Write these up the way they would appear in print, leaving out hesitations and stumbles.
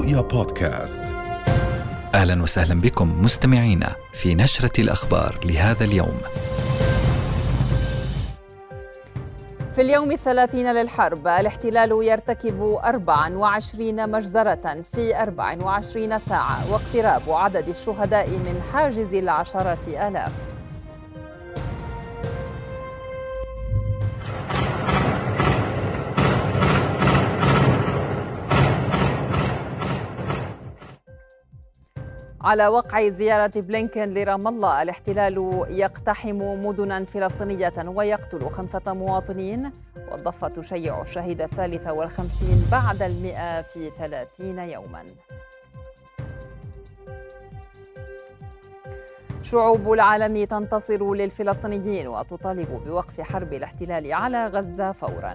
رؤيا بودكاست. أهلا وسهلا بكم مستمعينا في نشرة الأخبار لهذا اليوم. في اليوم 30 للحرب الاحتلال يرتكب 24 مجزرة في 24 ساعة، واقتراب عدد الشهداء من حاجز 10,000. على وقع زيارة بلينكن لرام الله، الاحتلال يقتحم مدنا فلسطينية ويقتل 5 مواطنين، والضفة تشيع الشهيد 53 بعد 100 في 30 يوما. شعوب العالم تنتصر للفلسطينيين وتطالب بوقف حرب الاحتلال على غزة فوراً.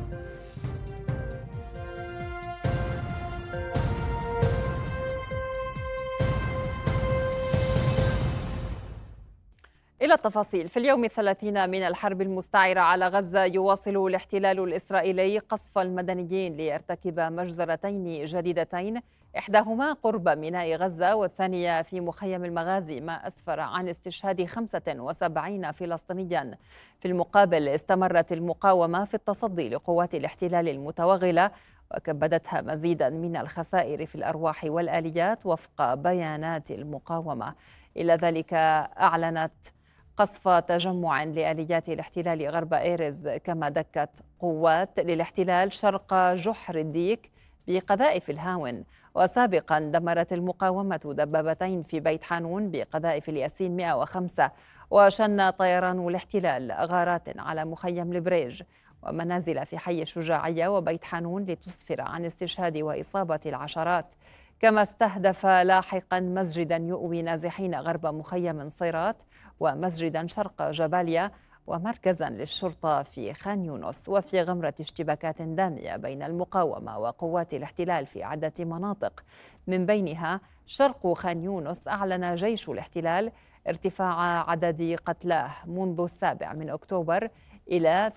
إلى التفاصيل. في اليوم 30 من الحرب المستعرة على غزة، يواصل الاحتلال الإسرائيلي قصف المدنيين ليرتكب مجزرتين جديدتين، إحداهما قرب ميناء غزة والثانية في مخيم المغازي، ما أسفر عن استشهاد 75 فلسطينيا. في المقابل استمرت المقاومة في التصدي لقوات الاحتلال المتوغلة، وكبدتها مزيدا من الخسائر في الأرواح والآليات وفق بيانات المقاومة. إلى ذلك أعلنت قصف تجمع لآليات الاحتلال غرب إيرز، كما دكت قوات للاحتلال شرق جحر الديك بقذائف الهاون. وسابقا دمرت المقاومة دبابتين في بيت حانون بقذائف الياسين 105، وشن طيران الاحتلال غارات على مخيم البريج ومنازل في حي الشجاعية وبيت حانون لتسفر عن استشهاد وإصابة العشرات. كما استهدف لاحقا مسجدا يؤوي نازحين غرب مخيم صيرات، ومسجدا شرق جباليا، ومركزا للشرطة في خان يونس. وفي غمرة اشتباكات دامية بين المقاومة وقوات الاحتلال في عدة مناطق، من بينها شرق خان يونس، أعلن جيش الاحتلال ارتفاع عدد قتلاه منذ 7 أكتوبر إلى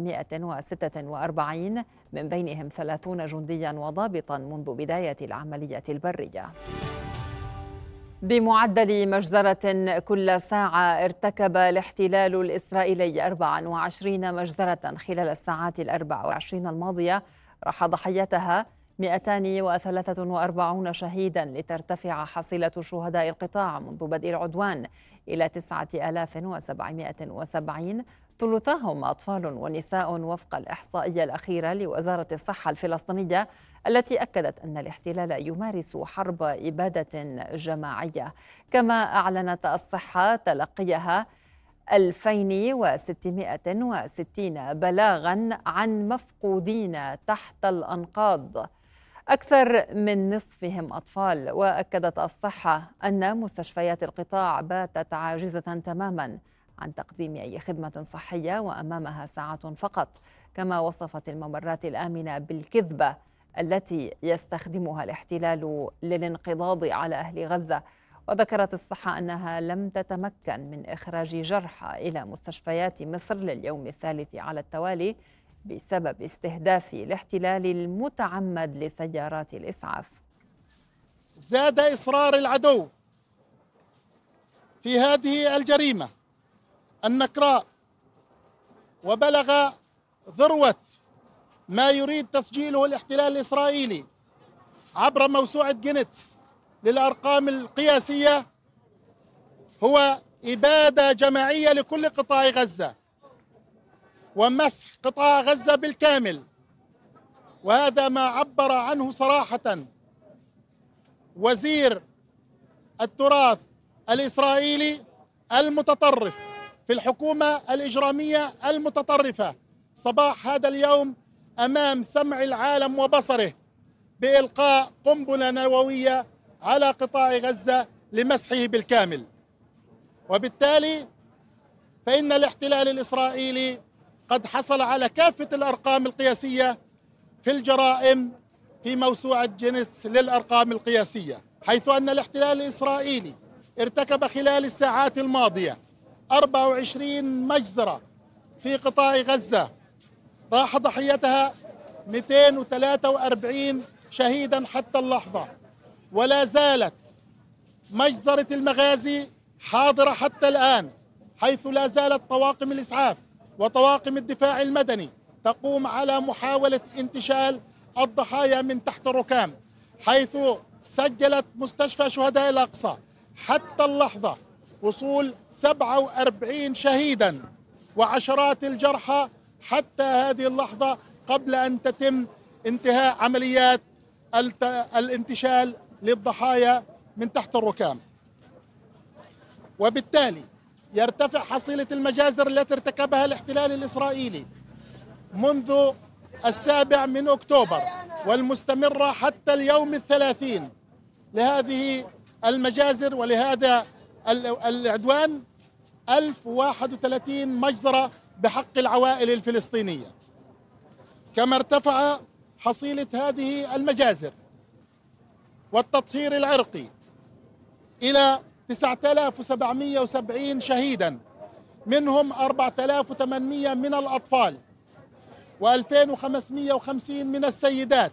346، من بينهم 30 جنديا وضابطا منذ بداية العملية البرية. بمعدل مجزرة كل ساعة، ارتكب الاحتلال الإسرائيلي 24 مجزرة خلال الساعات 24 الماضية، راح ضحيتها 243 شهيدا، لترتفع حصيلة شهداء القطاع منذ بدء العدوان إلى 9770، ثلثاهم أطفال ونساء وفق الإحصائية الأخيرة لوزارة الصحة الفلسطينية، التي أكدت أن الاحتلال يمارس حرب إبادة جماعية. كما أعلنت الصحة تلقيها 2660 بلاغا عن مفقودين تحت الأنقاض، أكثر من نصفهم أطفال. وأكدت الصحة أن مستشفيات القطاع باتت عاجزة تماما عن تقديم أي خدمة صحية وأمامها ساعات فقط. كما وصفت الممرات الآمنة بالكذبة التي يستخدمها الاحتلال للانقضاض على أهل غزة. وذكرت الصحة أنها لم تتمكن من إخراج جرحى إلى مستشفيات مصر لليوم الثالث على التوالي بسبب استهداف الاحتلال المتعمد لسيارات الإسعاف. زاد إصرار العدو في هذه الجريمة النكراء، وبلغ ذروة ما يريد تسجيله الاحتلال الإسرائيلي عبر موسوعة جينيتس للأرقام القياسية، هو إبادة جماعية لكل قطاع غزة ومسح قطاع غزة بالكامل. وهذا ما عبر عنه صراحة وزير التراث الإسرائيلي المتطرف في الحكومة الإجرامية المتطرفة صباح هذا اليوم أمام سمع العالم وبصره بإلقاء قنبلة نووية على قطاع غزة لمسحه بالكامل. وبالتالي فإن الاحتلال الإسرائيلي قد حصل على كافة الأرقام القياسية في الجرائم في موسوعة جينيس للأرقام القياسية، حيث أن الاحتلال الإسرائيلي ارتكب خلال الساعات الماضية 24 مجزرة في قطاع غزة، راح ضحيتها 243 شهيدا حتى اللحظة، ولا زالت مجزرة المغازي حاضرة حتى الآن، حيث لا زالت طواقم الإسعاف وطواقم الدفاع المدني تقوم على محاولة انتشال الضحايا من تحت الركام، حيث سجلت مستشفى شهداء الأقصى حتى اللحظة وصول 47 شهيدا وعشرات الجرحى حتى هذه اللحظة، قبل أن تتم انتهاء عمليات الانتشال للضحايا من تحت الركام. وبالتالي يرتفع حصيلة المجازر التي ارتكبها الاحتلال الإسرائيلي منذ 7 أكتوبر والمستمرة حتى اليوم 30 لهذه المجازر ولهذا العدوان 1031 مجزرة بحق العوائل الفلسطينية. كما ارتفع حصيلة هذه المجازر والتطهير العرقي إلى 9770 شهيدا، منهم 4800 من الأطفال و2550 من السيدات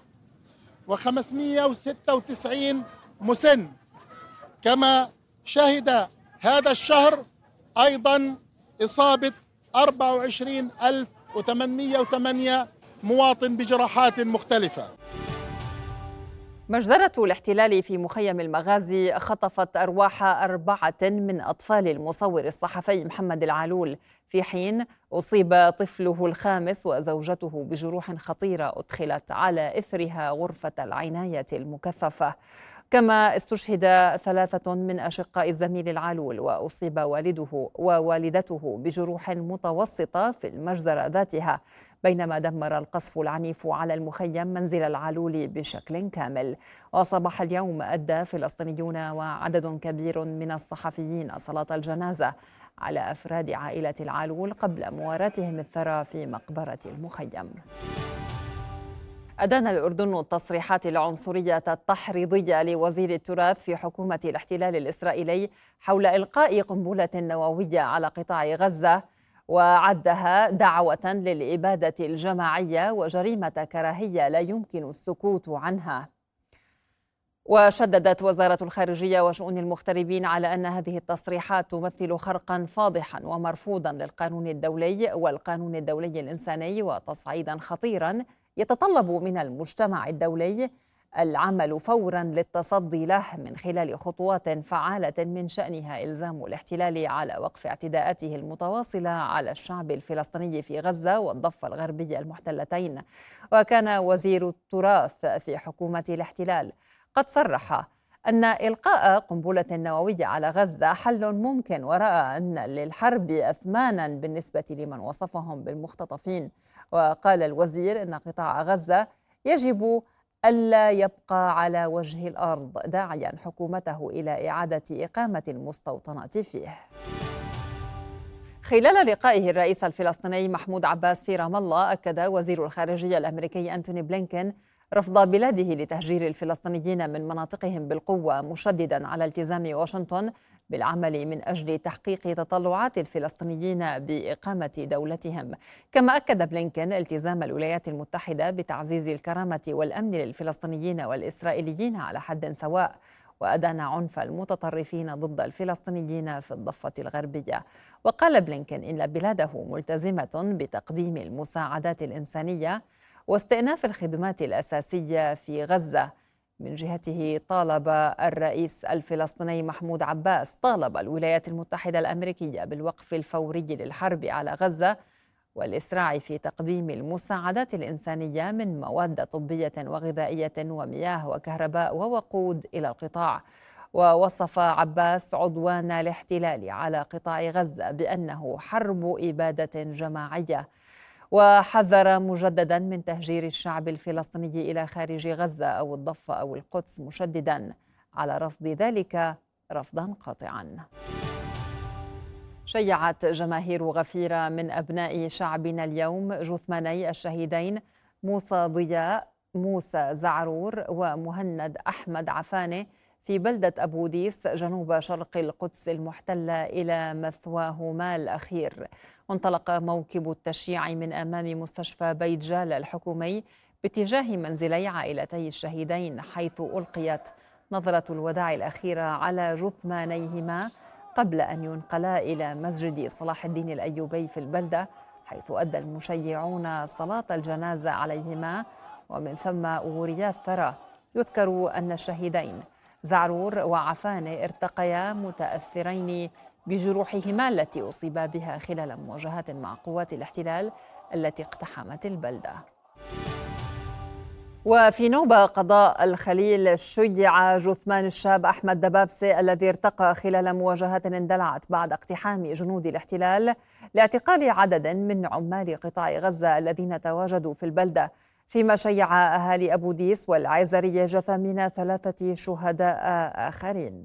و596 مسن. كما شهد هذا الشهر أيضا إصابة 24808 مواطن بجراحات مختلفة. مجزرة الاحتلال في مخيم المغازي خطفت أرواح 4 من أطفال المصور الصحفي محمد العلول، في حين أصيب طفله الخامس وزوجته بجروح خطيرة أدخلت على إثرها غرفة العناية المكثفة. كما استشهد 3 من أشقاء الزميل العلول، وأصيب والده ووالدته بجروح متوسطة في المجزرة ذاتها، بينما دمر القصف العنيف على المخيم منزل العلول بشكل كامل. وصباح اليوم أدى فلسطينيون وعدد كبير من الصحفيين صلاة الجنازة على أفراد عائلة العلول قبل مواراتهم الثرى في مقبرة المخيم. أدان الأردن التصريحات العنصرية التحريضية لوزير التراث في حكومة الاحتلال الإسرائيلي حول إلقاء قنبلة نووية على قطاع غزة، وعدها دعوة للإبادة الجماعية وجريمة كراهية لا يمكن السكوت عنها. وشددت وزارة الخارجية وشؤون المغتربين على أن هذه التصريحات تمثل خرقا فاضحا ومرفوضا للقانون الدولي والقانون الدولي الإنساني، وتصعيدا خطيرا يتطلب من المجتمع الدولي العمل فورا للتصدي له من خلال خطوات فعالة من شأنها إلزام الاحتلال على وقف اعتداءاته المتواصلة على الشعب الفلسطيني في غزة والضفة الغربية المحتلتين. وكان وزير التراث في حكومة الاحتلال قد صرح أن إلقاء قنبلة نووية على غزة حل ممكن، ورأى أن للحرب أثمانا بالنسبة لمن وصفهم بالمختطفين. وقال الوزير أن قطاع غزة يجب ألا يبقى على وجه الأرض، داعيا حكومته إلى إعادة إقامة المستوطنات فيه. خلال لقائه الرئيس الفلسطيني محمود عباس في رام الله، أكد وزير الخارجية الأمريكي أنتوني بلينكين رفض بلاده لتهجير الفلسطينيين من مناطقهم بالقوة، مشددا على التزام واشنطن بالعمل من أجل تحقيق تطلعات الفلسطينيين بإقامة دولتهم. كما أكد بلينكين التزام الولايات المتحدة بتعزيز الكرامة والأمن للفلسطينيين والإسرائيليين على حد سواء، وأدان عنف المتطرفين ضد الفلسطينيين في الضفة الغربية. وقال بلينكين إن بلاده ملتزمة بتقديم المساعدات الإنسانية واستئناف الخدمات الأساسية في غزة. من جهته طالب الرئيس الفلسطيني محمود عباس الولايات المتحدة الأمريكية بالوقف الفوري للحرب على غزة والإسراع في تقديم المساعدات الإنسانية من مواد طبية وغذائية ومياه وكهرباء ووقود إلى القطاع. ووصف عباس عدوان الاحتلال على قطاع غزة بأنه حرب إبادة جماعية، وحذر مجددا من تهجير الشعب الفلسطيني إلى خارج غزة أو الضفة أو القدس، مشددا على رفض ذلك رفضا قاطعا. شيعت جماهير غفيرة من أبناء شعبنا اليوم جثماني الشهيدين موسى ضياء موسى زعرور ومهند أحمد عفانة في بلدة أبو ديس جنوب شرق القدس المحتلة إلى مثواهما الأخير. وانطلق موكب التشييع من أمام مستشفى بيت جال الحكومي باتجاه منزلي عائلتي الشهيدين، حيث ألقيت نظرة الوداع الأخيرة على جثمانيهما قبل أن ينقلا إلى مسجد صلاح الدين الأيوبي في البلدة، حيث أدى المشيعون صلاة الجنازة عليهما، ومن ثم أوريا الثرى. يذكر أن الشهيدين زعرور وعفانة ارتقيا متأثرين بجروحهما التي أصيبا بها خلال مواجهات مع قوات الاحتلال التي اقتحمت البلدة. وفي نوبة قضاء الخليل شيع جثمان الشاب أحمد دبابسة الذي ارتقى خلال مواجهات اندلعت بعد اقتحام جنود الاحتلال لاعتقال عدد من عمال قطاع غزة الذين تواجدوا في البلدة، فيما شيع أهالي أبو ديس والعيزرية جثامين 3 شهداء آخرين.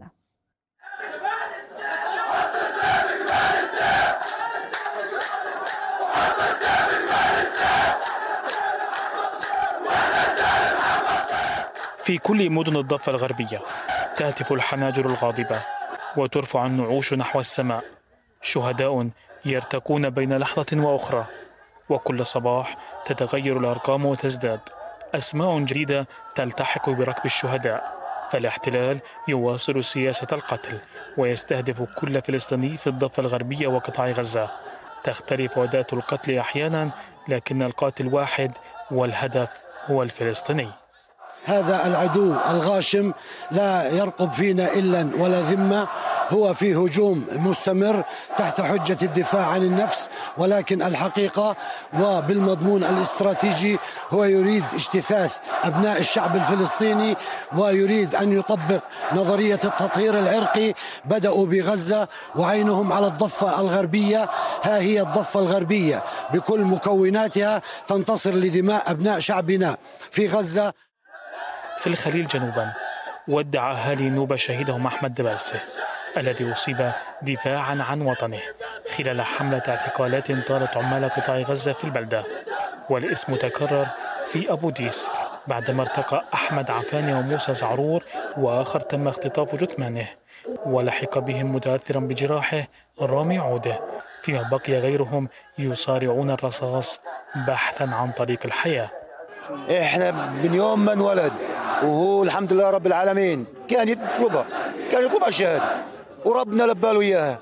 في كل مدن الضفة الغربية تهتف الحناجر الغاضبة وترفع النعوش نحو السماء، شهداء يرتقون بين لحظة وأخرى، وكل صباح تتغير الأرقام وتزداد أسماء جديدة تلتحق بركب الشهداء. فالاحتلال يواصل سياسة القتل ويستهدف كل فلسطيني في الضفة الغربية وقطاع غزة. تختلف أداة القتل أحيانا، لكن القاتل واحد والهدف هو الفلسطيني. هذا العدو الغاشم لا يرقب فينا إلا ولا ذمة، هو في هجوم مستمر تحت حجة الدفاع عن النفس، ولكن الحقيقة وبالمضمون الاستراتيجي هو يريد اجتثاث أبناء الشعب الفلسطيني، ويريد أن يطبق نظرية التطهير العرقي. بدأوا بغزة وعينهم على الضفة الغربية. ها هي الضفة الغربية بكل مكوناتها تنتصر لدماء أبناء شعبنا في غزة. في الخليل جنوبا ودع أهالي نوبة شهيدهم أحمد دبابسة الذي أصيب دفاعا عن وطنه خلال حملة اعتقالات طالت عمال قطاع غزة في البلدة. والاسم تكرر في أبو ديس بعدما ارتقى أحمد عفاني وموسى زعرور، وآخر تم اختطاف جثمانه ولحق بهم متأثرا بجراحه رامي عوده، فيما بقي غيرهم يصارعون الرصاص بحثا عن طريق الحياة. احنا من يوم ما انولد وهو الحمد لله رب العالمين كان يطلبها الشهادة، وربنا لباله اياها.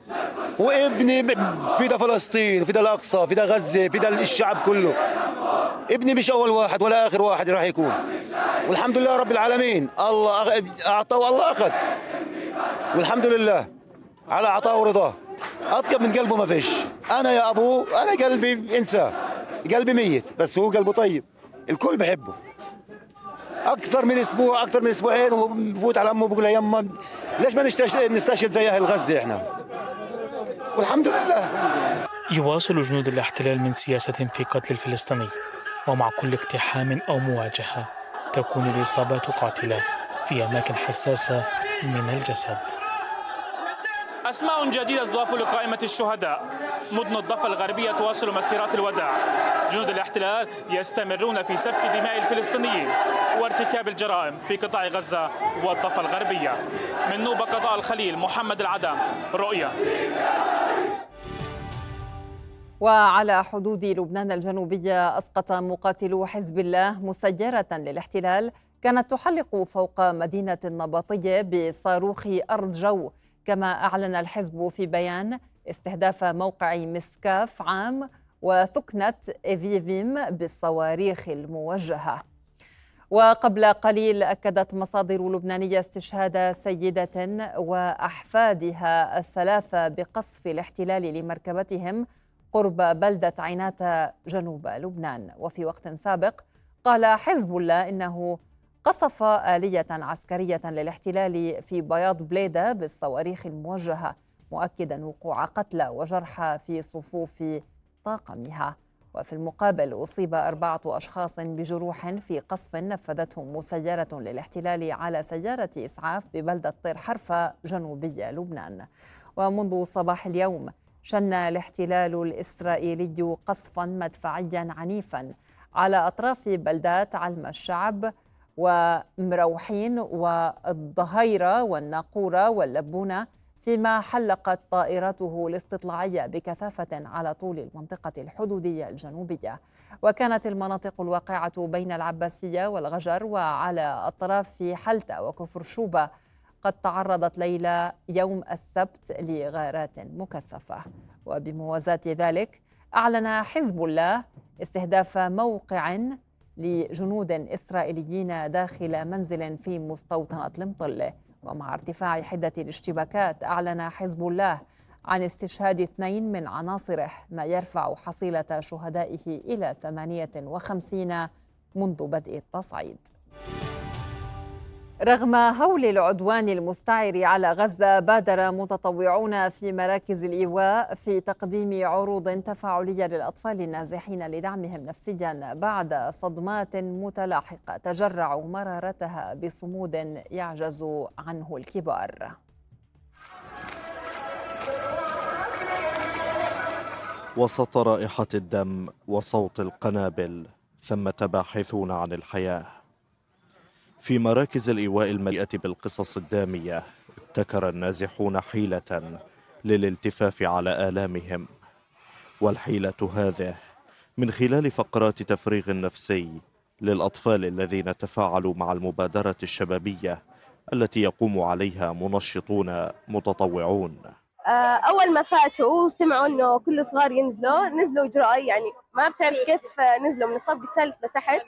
وابني في ده فلسطين، في ده الاقصى، في ده غزه، في ده الشعب كله. ابني مش اول واحد ولا اخر واحد راح يكون، والحمد لله رب العالمين. الله اعطى والله اخذ، والحمد لله على عطاء ورضاه. اطيب من قلبه ما فيش. انا يا ابوه انا قلبي انسان، قلبي ميت بس هو قلبه طيب، الكل بحبه. اكثر من اسبوع، اكثر من اسبوعين وبفوت على امه بقول لها يما ليش ما نستشهد زي اهل غزه احنا، والحمد لله. يواصل جنود الاحتلال من سياسة في قتل الفلسطيني، ومع كل اقتحام أو مواجهة تكون الإصابات قاتلة في أماكن حساسة من الجسد. أسماء جديدة تضاف لقائمة الشهداء. مدن الضفة الغربية تواصل مسيرات الوداع. جنود الاحتلال يستمرون في سفك دماء الفلسطينيين وارتكاب الجرائم في قطاع غزة والضفة الغربية. من نوبة قضاء الخليل، محمد العدام، رؤيا. وعلى حدود لبنان الجنوبية أسقط مقاتلو حزب الله مسيرة للاحتلال كانت تحلق فوق مدينة النباطية بصاروخ أرض جو، كما أعلن الحزب في بيان استهداف موقع مسكاف عام وثكنة إيفيفيم بالصواريخ الموجهة. وقبل قليل أكدت مصادر لبنانية استشهاد سيدة وأحفادها الثلاثة بقصف الاحتلال لمركبتهم قرب بلدة عينات جنوب لبنان. وفي وقت سابق قال حزب الله إنه قصف آلية عسكرية للاحتلال في بياض بليدة بالصواريخ الموجهة، مؤكدا وقوع قتلى وجرحى في صفوف طاقمها. وفي المقابل أصيب 4 أشخاص بجروح في قصف نفذته مسيرة للاحتلال على سيارة إسعاف ببلدة طير حرفة جنوبي لبنان. ومنذ صباح اليوم شن الاحتلال الإسرائيلي قصفا مدفعيا عنيفا على أطراف بلدات علم الشعب ومروحين والظهيرة والناقورة واللبونة، فيما حلقت طائرته الاستطلاعية بكثافة على طول المنطقة الحدودية الجنوبية. وكانت المناطق الواقعة بين العباسية والغجر وعلى أطراف حلتة وكفر شوبة قد تعرضت ليلة يوم السبت لغارات مكثفة. وبموازاة ذلك أعلن حزب الله استهداف موقع لجنود إسرائيليين داخل منزل في مستوطنة المطلة. ومع ارتفاع حدة الاشتباكات أعلن حزب الله عن استشهاد 2 من عناصره، ما يرفع حصيلة شهدائه إلى 58 منذ بدء التصعيد. رغم هول العدوان المستعر على غزة، بادر متطوعون في مراكز الإيواء في تقديم عروض تفاعلية للأطفال النازحين لدعمهم نفسيا بعد صدمات متلاحقة تجرعوا مرارتها بصمود يعجز عنه الكبار. وسط رائحة الدم وصوت القنابل ثمة باحثون عن الحياة. في مراكز الإيواء المليئة بالقصص الدامية ابتكر النازحون حيلة للالتفاف على آلامهم، والحيلة هذه من خلال فقرات تفريغ نفسي للأطفال الذين تفاعلوا مع المبادرة الشبابية التي يقوم عليها منشطون متطوعون. أول ما فاتوا سمعوا إنه كل صغار نزلوا إجرائي، يعني ما بتعرف كيف نزلوا من الطابق الثالث لتحت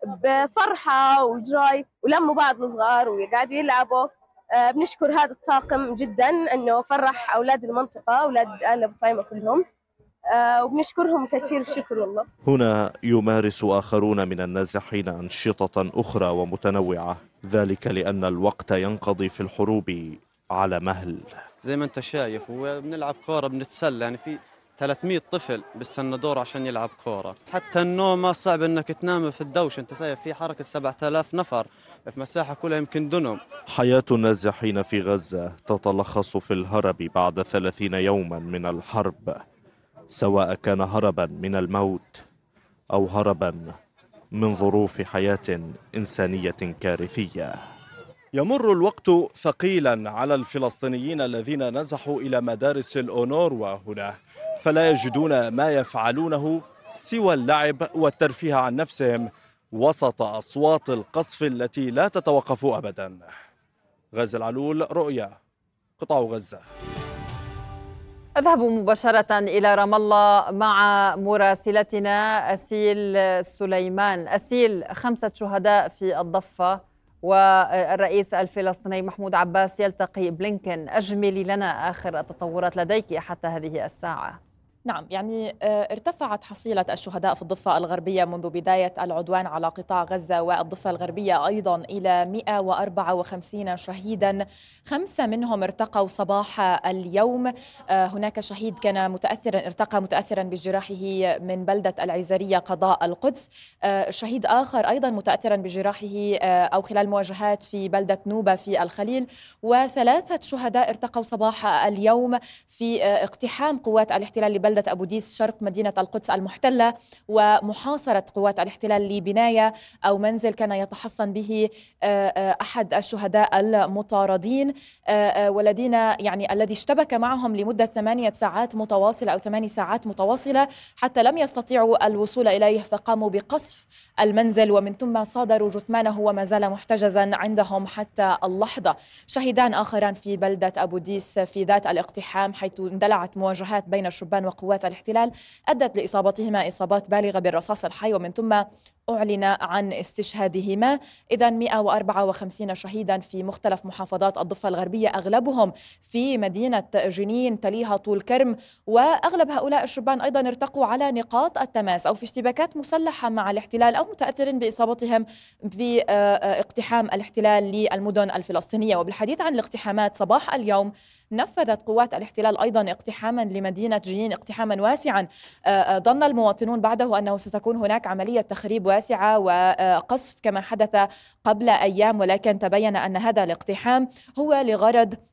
بفرحة وإجرائي، ولموا بعض الصغار وقاعدوا يلعبوا. بنشكر هذا الطاقم جدا إنه فرح أولاد المنطقة، أولاد آل أبو طعيمة كلهم، وبنشكرهم كثير الشكر والله. هنا يمارس آخرون من النازحين أنشطة أخرى ومتنوعة، ذلك لأن الوقت ينقضي في الحروب على مهل. زي ما انت شايف وبنلعب كورة بنتسلى، يعني في 300 طفل بيستنى دور عشان يلعب كورة. حتى النوم ما صعب انك تنام في الدوش، انت شايف في حركة 7000 نفر في مساحة كلها يمكن دنم. حياة النازحين في غزة تتلخص في الهرب بعد 30 يوما من الحرب، سواء كان هربا من الموت أو هربا من ظروف حياة إنسانية كارثية. يمر الوقت ثقيلا على الفلسطينيين الذين نزحوا إلى مدارس الأونروا هنا، فلا يجدون ما يفعلونه سوى اللعب والترفيه عن نفسهم وسط أصوات القصف التي لا تتوقف أبدا. غازي العلول، رؤيا، قطاع غزة. أذهب مباشرة إلى رام الله مع مراسلتنا أسيل سليمان. أسيل، 5 شهداء في الضفة والرئيس الفلسطيني محمود عباس يلتقي بلينكن، أجملي لنا آخر التطورات لديك حتى هذه الساعة. نعم، يعني ارتفعت حصيلة الشهداء في الضفة الغربية منذ بداية العدوان على قطاع غزة والضفة الغربية أيضا إلى 154 شهيدا، 5 منهم ارتقوا صباح اليوم. هناك شهيد كان ارتقى متأثرا بجراحه من بلدة العزرية قضاء القدس، شهيد آخر أيضا متأثرا بجراحه أو خلال مواجهات في بلدة نوبة في الخليل، و3 شهداء ارتقوا صباح اليوم في اقتحام قوات الاحتلال لبلدة أبو ديس شرق مدينة القدس المحتلة، ومحاصرة قوات الاحتلال لبناية أو منزل كان يتحصن به أحد الشهداء المطاردين، والذين يعني الذي اشتبك معهم لمدة 8 ساعات متواصلة أو 8 ساعات متواصلة حتى لم يستطيعوا الوصول إليه، فقاموا بقصف المنزل ومن ثم صادروا جثمانه وما زال محتجزا عندهم حتى اللحظة. شهيدان آخران في بلدة أبو ديس في ذات الاقتحام حيث اندلعت مواجهات بين الشبان وقوات الاحتلال أدت لإصابتهما إصابات بالغة بالرصاص الحي ومن ثم أعلن عن استشهادهما. إذن 154 شهيدا في مختلف محافظات الضفة الغربية، أغلبهم في مدينة جنين تليها طول كرم، وأغلب هؤلاء الشبان أيضا ارتقوا على نقاط التماس أو في اشتباكات مسلحة مع الاحتلال أو متأثرين بإصابتهم في اقتحام الاحتلال للمدن الفلسطينية. وبالحديث عن الاقتحامات، صباح اليوم نفذت قوات الاحتلال أيضا اقتحاما لمدينة جنين، اقتحاما واسعا ظن المواطنون بعده أنه ستكون هناك عملية تخريب واسعة وقصف كما حدث قبل أيام، ولكن تبين أن هذا الاقتحام هو لغرض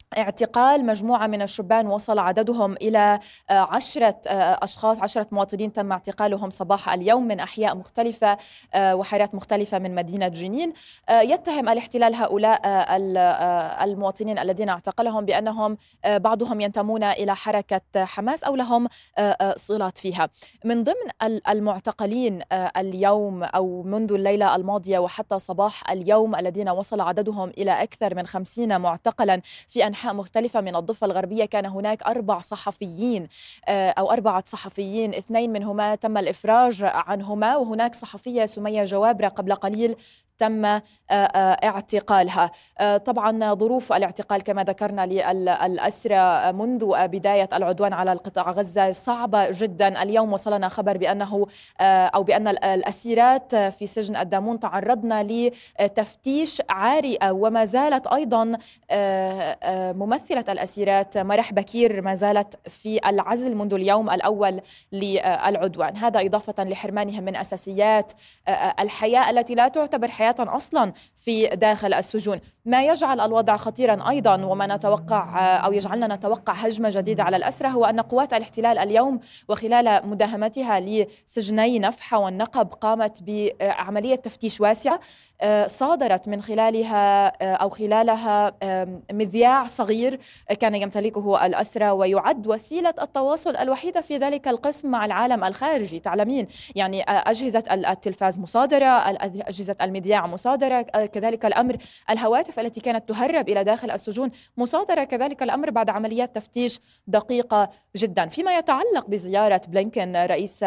اعتقال مجموعة من الشبان وصل عددهم إلى 10 أشخاص، 10 مواطنين تم اعتقالهم صباح اليوم من أحياء مختلفة وحارات مختلفة من مدينة جنين. يتهم الاحتلال هؤلاء المواطنين الذين اعتقلهم بأنهم بعضهم ينتمون إلى حركة حماس أو لهم صلات فيها. من ضمن المعتقلين اليوم أو منذ الليلة الماضية وحتى صباح اليوم الذين وصل عددهم إلى أكثر من 50 معتقلا في أنحاء مختلفة من الضفة الغربية، كان هناك 4 صحفيين أو 4 صحفيين، 2 منهما تم الإفراج عنهما، وهناك صحفية سمية جوابرة قبل قليل تم اعتقالها. طبعا ظروف الاعتقال كما ذكرنا للأسرى منذ بداية العدوان على القطاع غزة صعبة جدا. اليوم وصلنا خبر بأنه أو بأن الأسيرات في سجن الدامون تعرضن لتفتيش عارئة، وما زالت أيضا ممثلة الأسيرات مرح بكير ما زالت في العزل منذ اليوم الأول للعدوان، هذا إضافة لحرمانهم من أساسيات الحياة التي لا تعتبر حياة أصلا في داخل السجون، ما يجعل الوضع خطيرا أيضا. وما نتوقع أو يجعلنا نتوقع هجمة جديدة على الأسرى هو أن قوات الاحتلال اليوم وخلال مداهمتها لسجني نفحة والنقب قامت بعملية تفتيش واسعة صادرت من خلالها أو خلالها مذياع صغير كان يمتلكه الأسرى ويعد وسيلة التواصل الوحيدة في ذلك القسم مع العالم الخارجي. تعلمين يعني أجهزة التلفاز مصادرة، أجهزة المذياع مصادرة، كذلك الأمر الهواتف التي كانت تهرب إلى داخل السجون مصادرة، كذلك الأمر بعد عمليات تفتيش دقيقة جدا. فيما يتعلق بزيارة بلينكن رئيس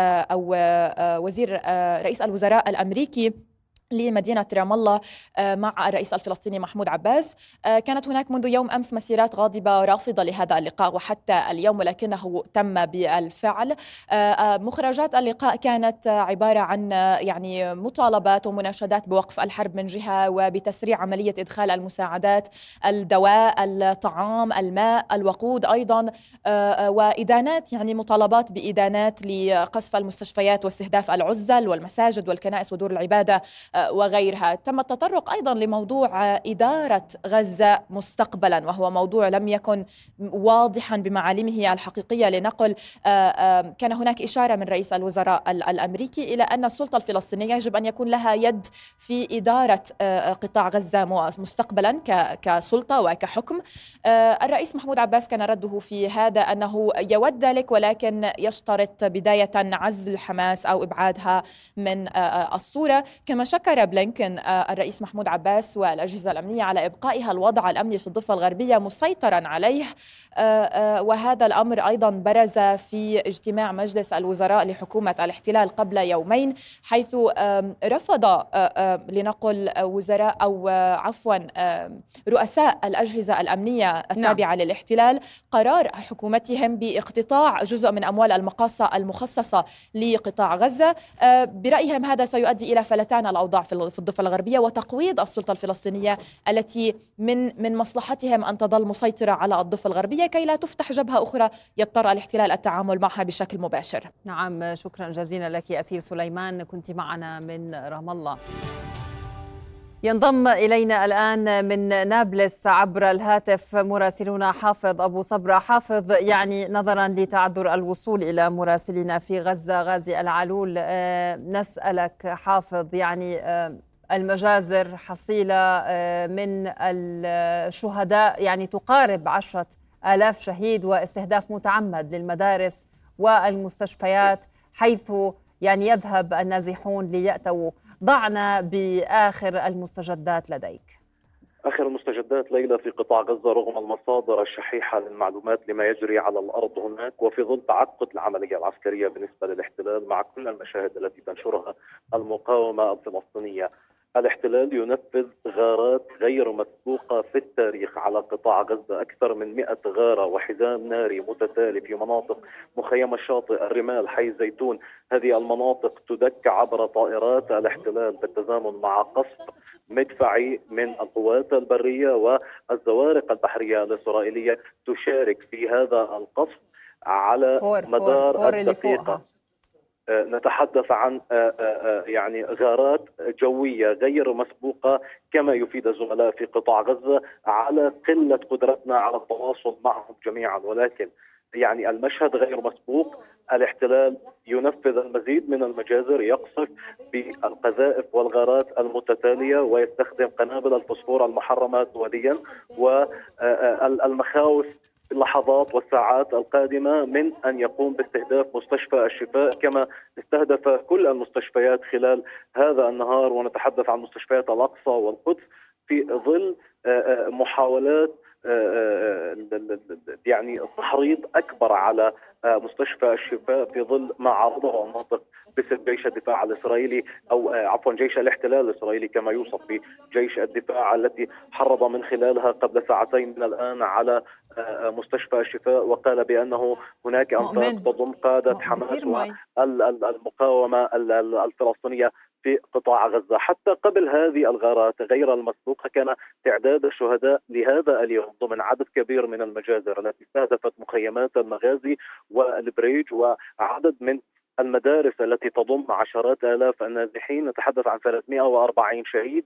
الوزراء الأمريكي لمدينة رام الله مع الرئيس الفلسطيني محمود عباس، كانت هناك منذ يوم أمس مسيرات غاضبة رافضة لهذا اللقاء وحتى اليوم، ولكنه تم بالفعل. مخرجات اللقاء كانت عبارة عن يعني مطالبات ومناشدات بوقف الحرب من جهة وبتسريع عملية إدخال المساعدات، الدواء، الطعام، الماء، الوقود أيضا، وإدانات يعني مطالبات بإدانات لقصف المستشفيات واستهداف العزل والمساجد والكنائس ودور العبادة وغيرها. تم التطرق أيضا لموضوع إدارة غزة مستقبلا، وهو موضوع لم يكن واضحا بمعالمه الحقيقية لنقل. كان هناك إشارة من رئيس الوزراء الأمريكي إلى أن السلطة الفلسطينية يجب أن يكون لها يد في إدارة قطاع غزة مستقبلا كسلطة وكحكم. الرئيس محمود عباس كان رده في هذا أنه يود ذلك، ولكن يشترط بداية عزل حماس أو إبعادها من الصورة. كما شكر بلينكن الرئيس محمود عباس والأجهزة الأمنية على إبقائها الوضع الأمني في الضفة الغربية مسيطرا عليه، وهذا الأمر أيضا برز في اجتماع مجلس الوزراء لحكومة الاحتلال قبل يومين، حيث رفض لنقل وزراء أو عفوا رؤساء الأجهزة الأمنية التابعة للاحتلال قرار حكومتهم باقتطاع جزء من أموال المقاصة المخصصة لقطاع غزة. برأيهم هذا سيؤدي إلى فلتان الأوضاع في الضفة الغربية وتقويض السلطة الفلسطينية التي من مصلحتهم أن تظل مسيطرة على الضفة الغربية كي لا تفتح جبهة أخرى يضطر الاحتلال التعامل معها بشكل مباشر. نعم، شكرا جزيلا لك أسير سليمان، كنت معنا من رام الله. ينضم إلينا الآن من نابلس عبر الهاتف مراسلنا حافظ أبو صبرة. حافظ، يعني نظرا لتعذر الوصول إلى مراسلنا في غزة غازي العلول، نسألك حافظ، يعني المجازر حصيلة من الشهداء يعني تقارب 10,000 شهيد، واستهداف متعمد للمدارس والمستشفيات حيث يعني يذهب النازحون ليأتوا. ضعنا بآخر المستجدات لديك. آخر المستجدات ليلى في قطاع غزة رغم المصادر الشحيحة للمعلومات لما يجري على الأرض هناك، وفي ظل تعقد العملية العسكرية بالنسبة للاحتلال مع كل المشاهد التي تنشرها المقاومة الفلسطينية. الاحتلال ينفذ غارات غير مسبوقة في التاريخ على قطاع غزة، أكثر من 100 غارة وحزام ناري متتالي في مناطق مخيم الشاطئ، الرمال، حي زيتون. هذه المناطق تدك عبر طائرات الاحتلال بالتزامن مع قصف مدفعي من القوات البرية والزوارق البحرية الإسرائيلية تشارك في هذا القصف على مدار الدقيقة. نتحدث عن يعني غارات جوية غير مسبوقة كما يفيد الزملاء في قطاع غزة على قلة قدرتنا على التواصل معهم جميعا، ولكن يعني المشهد غير مسبوق. الاحتلال ينفذ المزيد من المجازر، يقصف بالقذائف والغارات المتتالية ويستخدم قنابل الفوسفور المحرمة دوليا، والمخاوف في اللحظات والساعات القادمة من أن يقوم باستهداف مستشفى الشفاء كما استهدف كل المستشفيات خلال هذا النهار، ونتحدث عن مستشفيات الأقصى والقدس في ظل محاولات يعني تحريض أكبر على مستشفى الشفاء في ظل ما عرضه الناطق باسم جيش الدفاع الإسرائيلي أو عفوا جيش الاحتلال الإسرائيلي كما يوصف بجيش الدفاع، التي حرض من خلالها قبل ساعتين من الآن على مستشفى الشفاء، وقال بأنه هناك أنفاق تضم قادة حماس والمقاومة الفلسطينية في قطاع غزة. حتى قبل هذه الغارات غير المسبوقة كان تعداد الشهداء لهذا اليوم ضمن عدد كبير من المجازر التي استهدفت مخيمات المغازي والبريج وعدد من المدارس التي تضم عشرات آلاف النازحين. نتحدث عن 340 شهيد،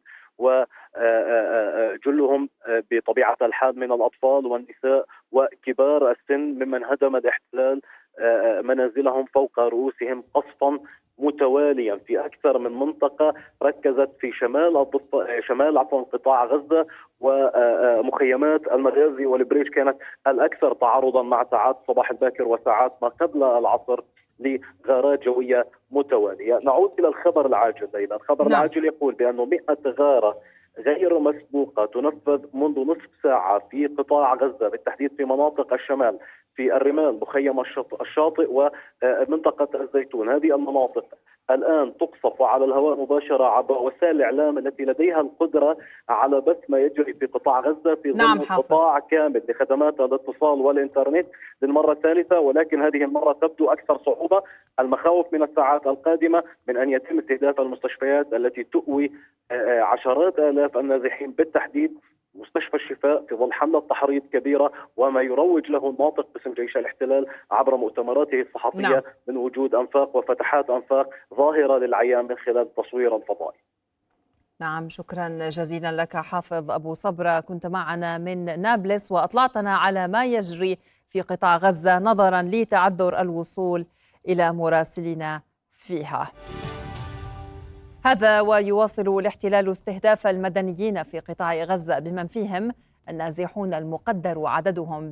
وجلهم بطبيعة الحال من الأطفال والنساء وكبار السن ممن هدم الاحتلال منازلهم فوق رؤوسهم قصفا متواليا في أكثر من منطقة ركزت في شمال قطاع غزة، ومخيمات المغازي والبريج كانت الأكثر تعرضا مع ساعات الصباح الباكر وساعات ما قبل العصر لغارات جوية متوالية. نعود إلى الخبر العاجل ليلى. الخبر العاجل يقول بأنه 100 غارة غير مسبوقة تنفذ منذ نصف ساعة في قطاع غزة، بالتحديد في مناطق الشمال، في الرمال، مخيم الشاطئ ومنطقة الزيتون. هذه المناطق الآن تقصف على الهواء مباشرة عبر وسائل الإعلام التي لديها القدرة على بث ما يجري في قطاع غزة في ضمن قطاع كامل لخدمات الاتصال والإنترنت للمرة الثالثة، ولكن هذه المرة تبدو أكثر صعوبة. المخاوف من الساعات القادمة من أن يتم استهداف المستشفيات التي تؤوي عشرات آلاف النازحين، بالتحديد مستشفى الشفاء في ظل حملة تحريض كبيرة وما يروج له الناطق باسم جيش الاحتلال عبر مؤتمراته الصحفية من وجود أنفاق وفتحات أنفاق ظاهرة للعيان من خلال التصوير الفضائي. نعم، شكرا جزيلا لك حافظ أبو صبرة، كنت معنا من نابلس وأطلعتنا على ما يجري في قطاع غزة نظرا لتعذر الوصول إلى مراسلنا فيها. هذا ويواصل الاحتلال استهداف المدنيين في قطاع غزة بمن فيهم النازحون المقدر عددهم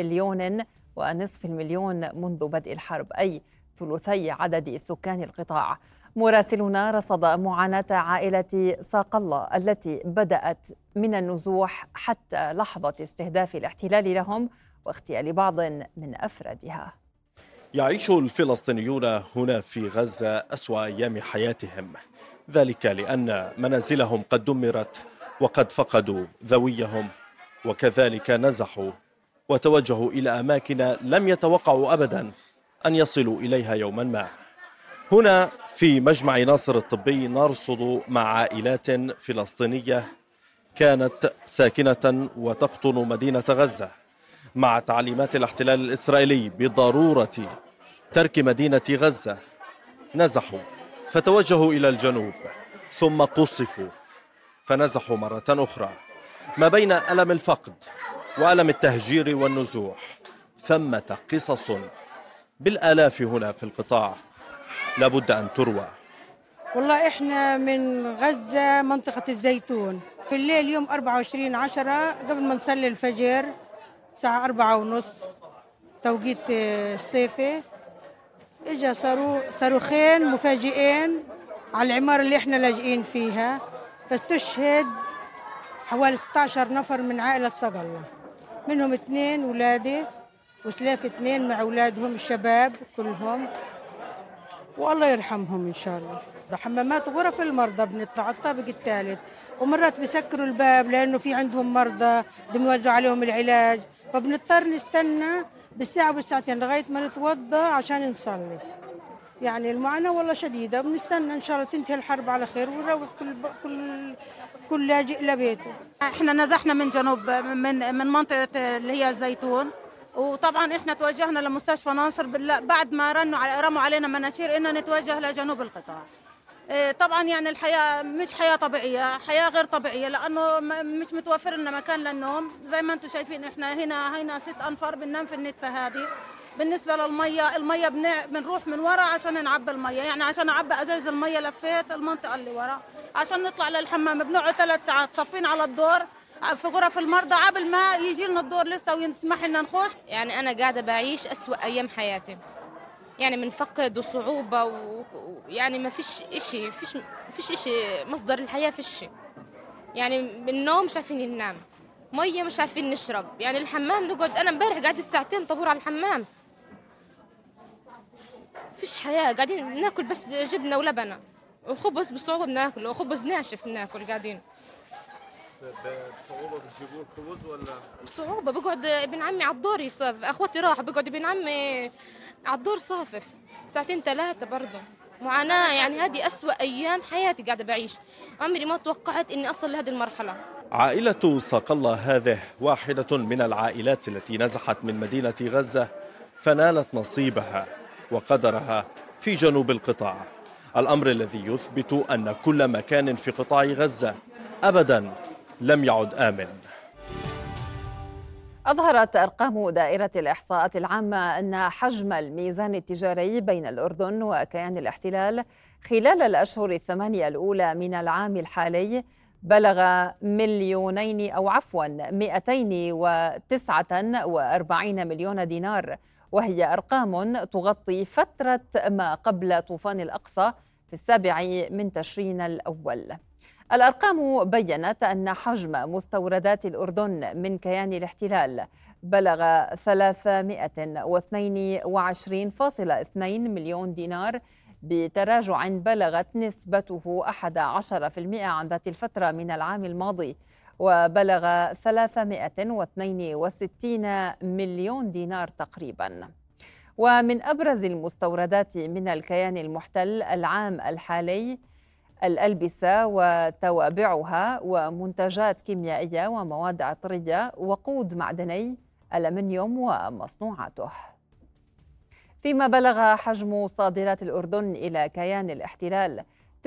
ب1.5 مليون منذ بدء الحرب، أي ثلثي عدد سكان القطاع. مراسلنا رصد معاناة عائلة صاق الله التي بدأت من النزوح حتى لحظة استهداف الاحتلال لهم واغتيال بعض من أفرادها. يعيش الفلسطينيون هنا في غزة أسوأ أيام حياتهم، ذلك لأن منازلهم قد دمرت وقد فقدوا ذويهم، وكذلك نزحوا وتوجهوا إلى أماكن لم يتوقعوا أبدا أن يصلوا إليها يوما ما. هنا في مجمع ناصر الطبي نرصد مع عائلات فلسطينية كانت ساكنة وتقطن مدينة غزة مع تعليمات الاحتلال الإسرائيلي بضرورة ترك مدينة غزة. نزحوا فتوجهوا إلى الجنوب ثم قصفوا فنزحوا مرة أخرى. ما بين ألم الفقد وألم التهجير والنزوح ثمة قصص بالآلاف هنا في القطاع لابد أن تروى. والله إحنا من غزة منطقة الزيتون، في الليل يوم 24/10 قبل ما نصلي الفجر الساعة 4:30 توقيت الصيفي، إجا صاروخين مفاجئين على العمارة اللي إحنا لاجئين فيها، فاستشهد حوالي 16 نفر من عائلة صاق الله، منهم 2 أولادي وسلاف 2 مع أولادهم الشباب كلهم، والله يرحمهم إن شاء الله. حمامات غرف المرضى بنطلع الطابق الثالث، ومرات بيسكروا الباب لأنه في عندهم مرضى بنوزع عليهم العلاج، فبنضطر نستنى بالساعة وبالساعتين لغاية ما نتوضى عشان نصلي. يعني المعاناة والله شديدة، بنستنى إن شاء الله تنتهي الحرب على خير ونروح كل لاجئ لبيته. احنا نزحنا من جنوب من منطقة اللي هي الزيتون، وطبعا احنا توجهنا لمستشفى ناصر بعد ما رموا علينا مناشير ان نتوجه لجنوب القطاع. طبعا يعني الحياه مش حياه طبيعيه، حياه غير طبيعيه، لانه مش متوفر لنا مكان للنوم. زي ما انتم شايفين احنا هنا 6 انفار بننام في النتفه هذه. بالنسبه للميه، الميه بنروح من ورا عشان نعبي الميه، يعني عشان اعبي ازاز الميه لفيت المنطقه اللي ورا عشان نطلع للحمام بنقعد 3 ساعات صفين على الدور في غرف المرضى قبل ما يجي لنا الدور لسه ويسمح لنا نخش. يعني انا قاعده بعيش أسوأ ايام حياتي، يعني من فقد وصعوبه ويعني ما فيش إشي، فيش إشي، مصدر الحياه فيش. يعني بالنوم مش عارفين ننام، ميه مش عارفين نشرب، يعني الحمام نقعد. انا امبارح قعدت 2 ساعتين طابور على الحمام. فيش حياه، قاعدين ناكل بس جبنه ولبنه وخبز بصعوبه بناكله، وخبز ناشف بناكل قاعدين. بصعوبة بتجيبوا الخبز ولا؟ بصعوبة، بقعد ابن عمي على الدور يصفف، اخواتي راحوا بقعد ابن عمي على الدور صافف 2 3 برضه. معاناة، يعني هذه أسوأ أيام حياتي قاعدة بعيش. عمري ما توقعت إني أصل لهذه المرحلة. عائلة صقل الله هذه واحدة من العائلات التي نزحت من مدينة غزة فنالت نصيبها وقدرها في جنوب القطاع، الأمر الذي يثبت أن كل مكان في قطاع غزة أبداً لم يعد آمن. أظهرت أرقام دائرة الإحصاءات العامة أن حجم الميزان التجاري بين الأردن وكيان الاحتلال خلال الأشهر 8 الأولى من العام الحالي بلغ 249 مليون دينار، وهي أرقام تغطي فترة ما قبل طوفان الأقصى في 7 من تشرين الأول. الأرقام بيّنت أن حجم مستوردات الأردن من كيان الاحتلال بلغ 322.2 مليون دينار، بتراجع بلغت نسبته 11% عن ذات الفترة من العام الماضي، وبلغ 362 مليون دينار تقريباً. ومن أبرز المستوردات من الكيان المحتل العام الحالي الألبسة وتوابعها ومنتجات كيميائية ومواد عطرية وقود معدني، ألمنيوم ومصنوعاته. فيما بلغ حجم صادرات الأردن إلى كيان الاحتلال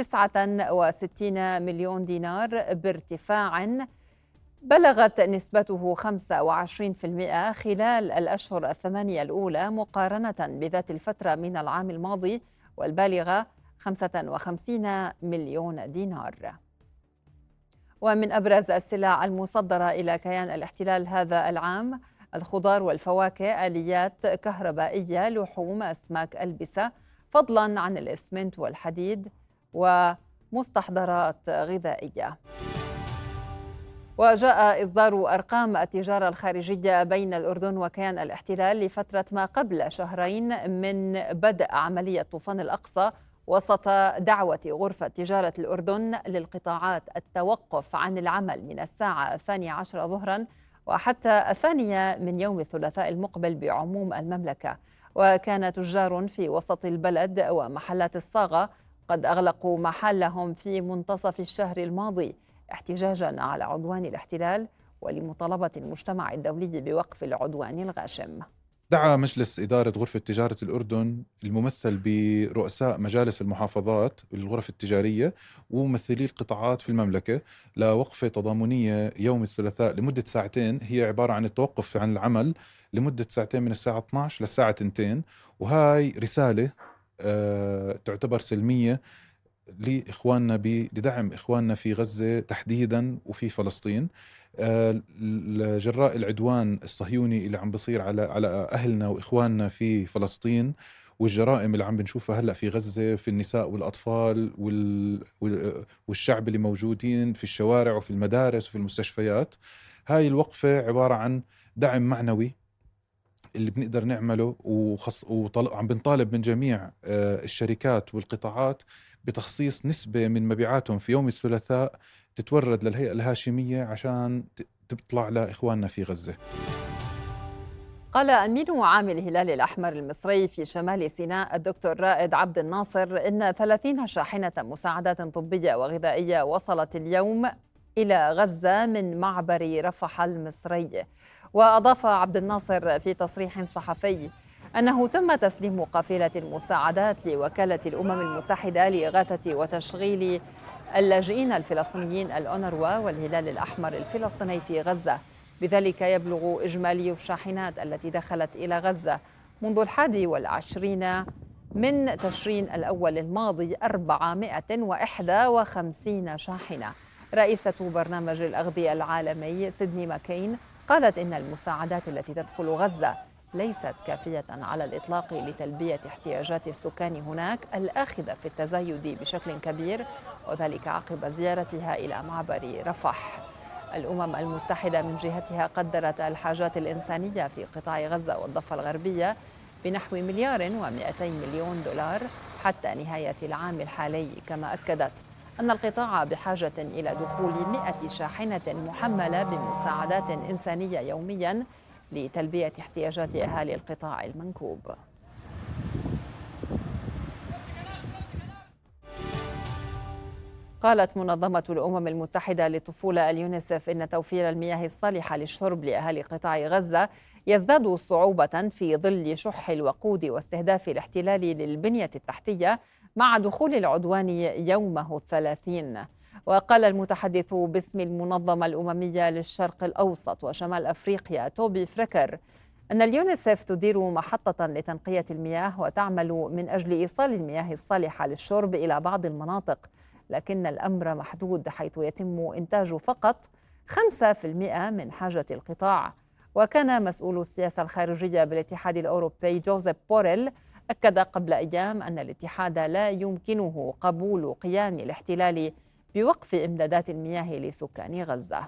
69 مليون دينار، بارتفاع بلغت نسبته 25% خلال الأشهر 8 الأولى مقارنة بذات الفترة من العام الماضي، والبالغة 55 مليون دينار. ومن أبرز السلع المصدرة إلى كيان الاحتلال هذا العام الخضار والفواكه، آليات كهربائية، لحوم، أسماك، ألبسة، فضلاً عن الإسمنت والحديد ومستحضرات غذائية. وجاء إصدار أرقام التجارة الخارجية بين الأردن وكيان الاحتلال لفترة ما قبل شهرين من بدء عملية طوفان الأقصى وسط دعوة غرفة تجارة الأردن للقطاعات التوقف عن العمل من الساعة 12 ظهرا وحتى 2 من يوم الثلاثاء المقبل بعموم المملكة. وكان تجار في وسط البلد ومحلات الصاغة قد أغلقوا محلهم في منتصف الشهر الماضي احتجاجا على عدوان الاحتلال ولمطالبة المجتمع الدولي بوقف العدوان الغاشم. دعا مجلس إدارة غرفة تجارة الأردن الممثل برؤساء مجالس المحافظات الغرف التجارية وممثلي القطاعات في المملكة لوقفة تضامنية يوم الثلاثاء لمدة 2 ساعة، هي عبارة عن التوقف عن العمل لمدة 2 ساعة من الساعة 12 للساعة 2، وهاي رسالة تعتبر سلمية لإخواننا لدعم إخواننا في غزة تحديدا وفي فلسطين، جراء العدوان الصهيوني اللي عم بصير على أهلنا وإخواننا في فلسطين، والجرائم اللي عم بنشوفها هلأ في غزة في النساء والأطفال والشعب اللي موجودين في الشوارع وفي المدارس وفي المستشفيات. هاي الوقفة عبارة عن دعم معنوي اللي بنقدر نعمله، وعم بنطالب من جميع الشركات والقطاعات بتخصيص نسبة من مبيعاتهم في يوم الثلاثاء تتورد للهيئة الهاشمية عشان تطلع لإخواننا في غزة. قال أمين عام الهلال الأحمر المصري في شمال سيناء الدكتور رائد عبد الناصر إن 30 شاحنة مساعدات طبية وغذائية وصلت اليوم إلى غزة من معبر رفح المصري. وأضاف عبد الناصر في تصريح صحفي أنه تم تسليم قافلة المساعدات لوكالة الأمم المتحدة لإغاثة وتشغيل اللاجئين الفلسطينيين الأونروا والهلال الأحمر الفلسطيني في غزة. بذلك يبلغ إجمالي الشاحنات التي دخلت إلى غزة منذ 21 من تشرين الأول الماضي 451 شاحنة. رئيسة برنامج الأغذية العالمي سيدني ماكين قالت إن المساعدات التي تدخل غزة ليست كافية على الإطلاق لتلبية احتياجات السكان هناك الآخذة في التزايد بشكل كبير، وذلك عقب زيارتها إلى معبر رفح. الأمم المتحدة من جهتها قدرت الحاجات الإنسانية في قطاع غزة والضفة الغربية بنحو $200 حتى نهاية العام الحالي، كما أكدت أن القطاع بحاجة إلى دخول 100 شاحنة محملة بمساعدات إنسانية يومياً لتلبية احتياجات أهالي القطاع المنكوب. قالت منظمة الأمم المتحدة للطفولة اليونيسف إن توفير المياه الصالحة للشرب لأهالي قطاع غزة يزداد صعوبة في ظل شح الوقود واستهداف الاحتلال للبنية التحتية مع دخول العدوان يومه 30. وقال المتحدث باسم المنظمة الأممية للشرق الأوسط وشمال أفريقيا توبي فريكر أن اليونيسف تدير محطة لتنقية المياه وتعمل من أجل إيصال المياه الصالحة للشرب إلى بعض المناطق، لكن الأمر محدود حيث يتم إنتاج فقط 5% من حاجة القطاع. وكان مسؤول السياسة الخارجية بالاتحاد الأوروبي جوزيف بوريل أكد قبل أيام أن الاتحاد لا يمكنه قبول قيام الاحتلال بوقف إمدادات المياه لسكان غزة.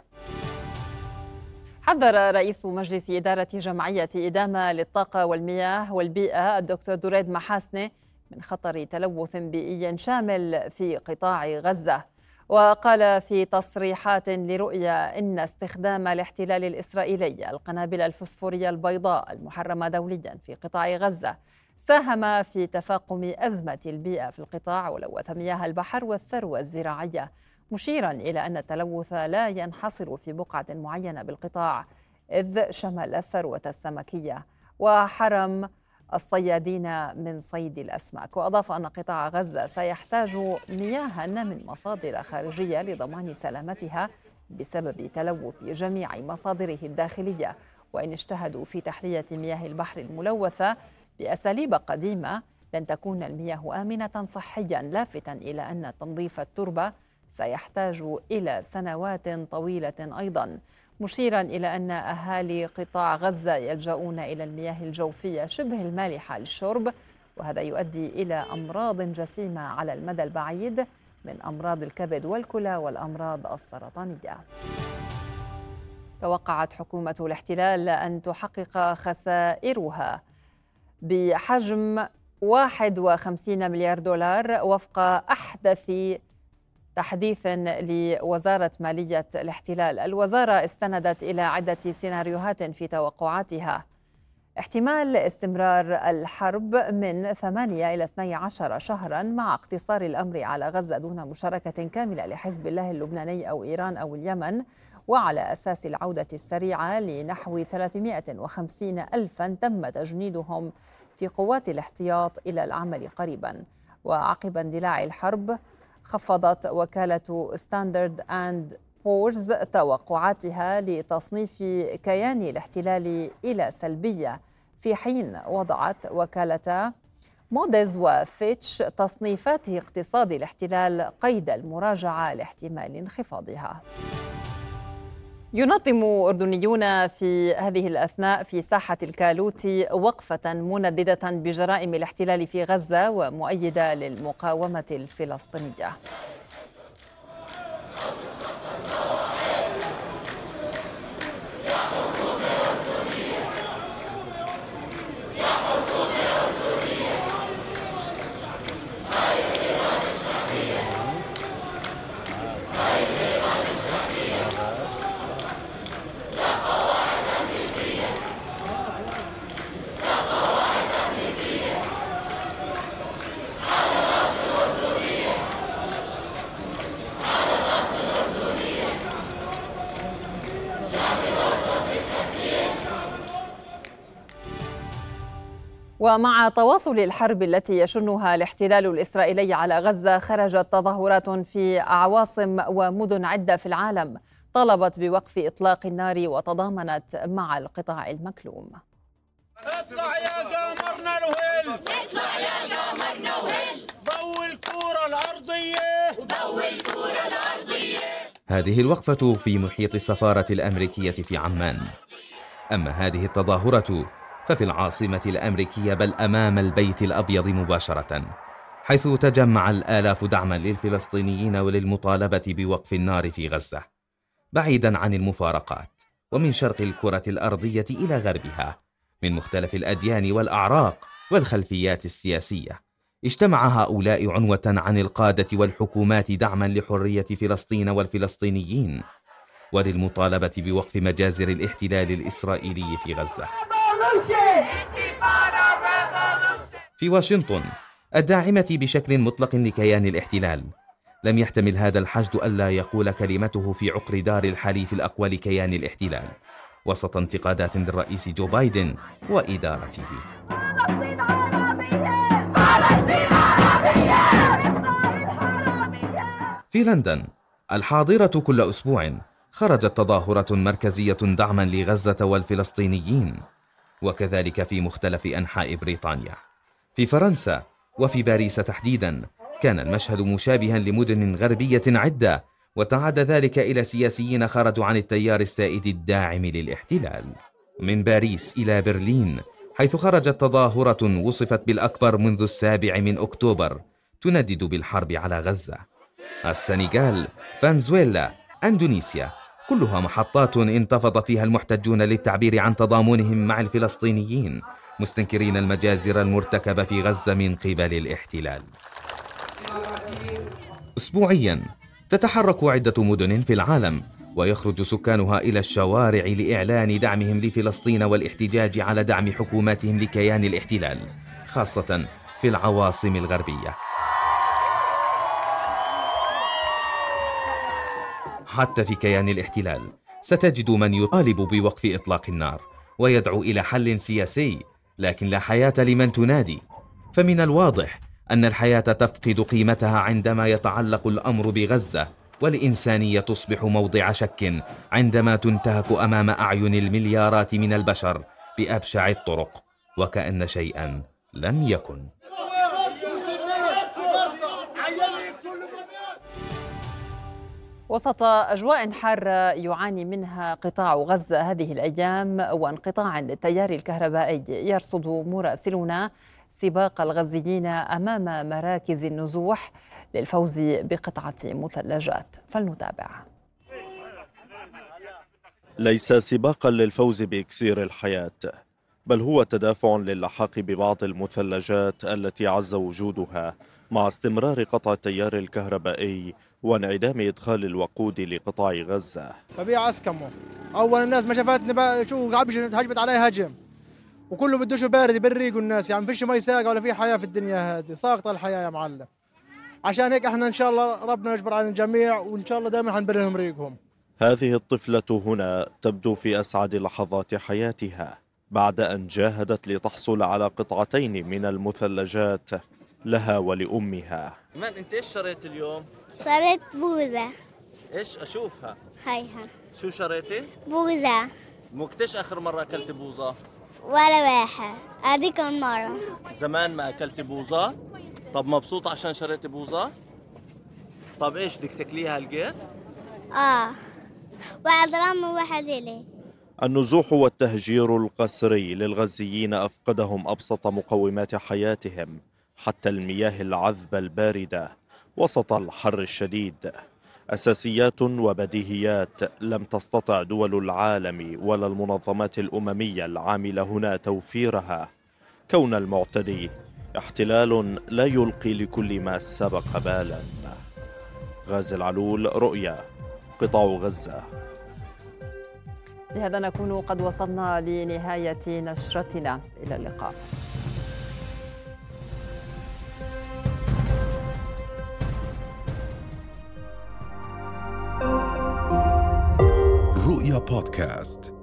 حذر رئيس مجلس إدارة جمعية إدامة للطاقة والمياه والبيئة الدكتور دريد محاسنة من خطر تلوث بيئي شامل في قطاع غزة. وقال في تصريحات لرؤيا إن استخدام الاحتلال الإسرائيلي القنابل الفسفورية البيضاء المحرمة دوليا في قطاع غزة ساهم في تفاقم أزمة البيئة في القطاع ولوث مياه البحر والثروة الزراعية، مشيرا إلى أن التلوث لا ينحصر في بقعة معينة بالقطاع إذ شمل الثروة السمكية وحرم الصيادين من صيد الأسماك. وأضاف أن قطاع غزة سيحتاج مياها من مصادر خارجية لضمان سلامتها بسبب تلوث جميع مصادره الداخلية، وإن اجتهدوا في تحلية مياه البحر الملوثة بأساليب قديمة لن تكون المياه آمنة صحيا، لافتا إلى أن تنظيف التربة سيحتاج إلى سنوات طويلة أيضا، مشيرا إلى أن أهالي قطاع غزة يلجؤون إلى المياه الجوفية شبه المالحة للشرب، وهذا يؤدي إلى أمراض جسيمة على المدى البعيد من أمراض الكبد والكلى والأمراض السرطانية. توقعت حكومة الاحتلال أن تحقق خسائرها بحجم $51 مليار وفق أحدث تحديث لوزارة مالية الاحتلال. الوزارة استندت إلى عدة سيناريوهات في توقعاتها: احتمال استمرار الحرب من 8 إلى 12 شهرا مع اقتصار الأمر على غزة دون مشاركة كاملة لحزب الله اللبناني أو إيران أو اليمن، وعلى أساس العودة السريعة لنحو 350 ألفا تم تجنيدهم في قوات الاحتياط إلى العمل قريبا. وعقب اندلاع الحرب خفضت وكالة ستاندرد أند بورز توقعاتها لتصنيف كيان الاحتلال إلى سلبية، في حين وضعت وكالة موديز وفيتش تصنيفات اقتصاد الاحتلال قيد المراجعة لاحتمال انخفاضها. ينظم أردنيون في هذه الأثناء في ساحة الكالوت وقفة منددة بجرائم الاحتلال في غزة ومؤيدة للمقاومة الفلسطينية. ومع تواصل الحرب التي يشنها الاحتلال الإسرائيلي على غزة، خرجت تظاهرات في عواصم ومدن عدة في العالم طالبت بوقف إطلاق النار وتضامنت مع القطاع المكلوم. اطلع يا قمرنا الوهل، اطلع يا قمرنا الوهل، ضوي الكرة الأرضية وضوي الكرة الأرضية. هذه الوقفة في محيط السفارة الأمريكية في عمان. أما هذه التظاهرة ففي العاصمة الأمريكية، بل أمام البيت الأبيض مباشرة، حيث تجمع الآلاف دعما للفلسطينيين وللمطالبة بوقف النار في غزة، بعيدا عن المفارقات، ومن شرق الكرة الأرضية إلى غربها، من مختلف الأديان والأعراق والخلفيات السياسية. اجتمع هؤلاء عنوة عن القادة والحكومات دعما لحرية فلسطين والفلسطينيين، وللمطالبة بوقف مجازر الاحتلال الإسرائيلي في غزة. في واشنطن الداعمة بشكل مطلق لكيان الاحتلال، لم يحتمل هذا الحشد ألا يقول كلمته في عقر دار الحليف الأقوى لكيان الاحتلال، وسط انتقادات للرئيس جو بايدن وإدارته. في لندن الحاضرة كل أسبوع خرجت تظاهرة مركزية دعما لغزة والفلسطينيين، وكذلك في مختلف أنحاء بريطانيا. في فرنسا وفي باريس تحديدا كان المشهد مشابها لمدن غربية عدة، وتعد ذلك إلى سياسيين خرجوا عن التيار السائد الداعم للاحتلال. من باريس إلى برلين، حيث خرجت تظاهرة وصفت بالأكبر منذ 7 أكتوبر تندد بالحرب على غزة. السنغال، فنزويلا، أندونيسيا، كلها محطات انتفض فيها المحتجون للتعبير عن تضامنهم مع الفلسطينيين، مستنكرين المجازر المرتكبة في غزة من قبل الاحتلال. أسبوعيا تتحرك عدة مدن في العالم، ويخرج سكانها إلى الشوارع لإعلان دعمهم لفلسطين والاحتجاج على دعم حكوماتهم لكيان الاحتلال، خاصة في العواصم الغربية. حتى في كيان الاحتلال ستجد من يطالب بوقف إطلاق النار ويدعو إلى حل سياسي، لكن لا حياة لمن تنادي. فمن الواضح أن الحياة تفقد قيمتها عندما يتعلق الأمر بغزة، والإنسانية تصبح موضع شك عندما تنتهك أمام أعين المليارات من البشر بأبشع الطرق، وكأن شيئا لم يكن. وسط أجواء حارة يعاني منها قطاع غزة هذه الأيام وانقطاع للتيار الكهربائي، يرصد مراسلنا سباق الغزيين أمام مراكز النزوح للفوز بقطعة مثلجات، فلنتابع. ليس سباقا للفوز بإكسير الحياة، بل هو تدافع للحاق ببعض المثلجات التي عز وجودها مع استمرار قطع التيار الكهربائي وانعدام إدخال الوقود لقطاع غزة. طبيعي أسكموا أول الناس ما شافتني بقى شو هجمت علي هجم، وكله بده شو بارد يبريقوا الناس، يعني فيش مي ساقة ولا في حياة في الدنيا هذه، ساقطة الحياة يا معلم. عشان هيك احنا إن شاء الله ربنا يجبر على الجميع، وإن شاء الله دائما حنبرهم ريقهم. هذه الطفلة هنا تبدو في أسعد لحظات حياتها بعد أن جاهدت لتحصل على قطعتين من المثلجات لها ولأمها. من أنت إيش شريت اليوم؟ شريت بوزة. إيش أشوفها؟ هيها. شو شريتي؟ بوزة. مكتش آخر مرة أكلت بوزة؟ ولا واحد، هذيك المرة. زمان ما أكلت بوزة؟ طب مبسوط عشان شريت بوزة؟ طب إيش بدك تاكليها لقيت؟ واحد رام وواحد إلي. النزوح والتهجير القسري للغزيين أفقدهم أبسط مقومات حياتهم، حتى المياه العذبة الباردة وسط الحر الشديد. أساسيات وبديهيات لم تستطع دول العالم ولا المنظمات الأممية العاملة هنا توفيرها، كون المعتدي احتلال لا يلقي لكل ما سبق بالا. غازي العلول، رؤيا، قطاع غزة. بهذا نكون قد وصلنا لنهاية نشرتنا، إلى اللقاء. رؤيا بودكاست.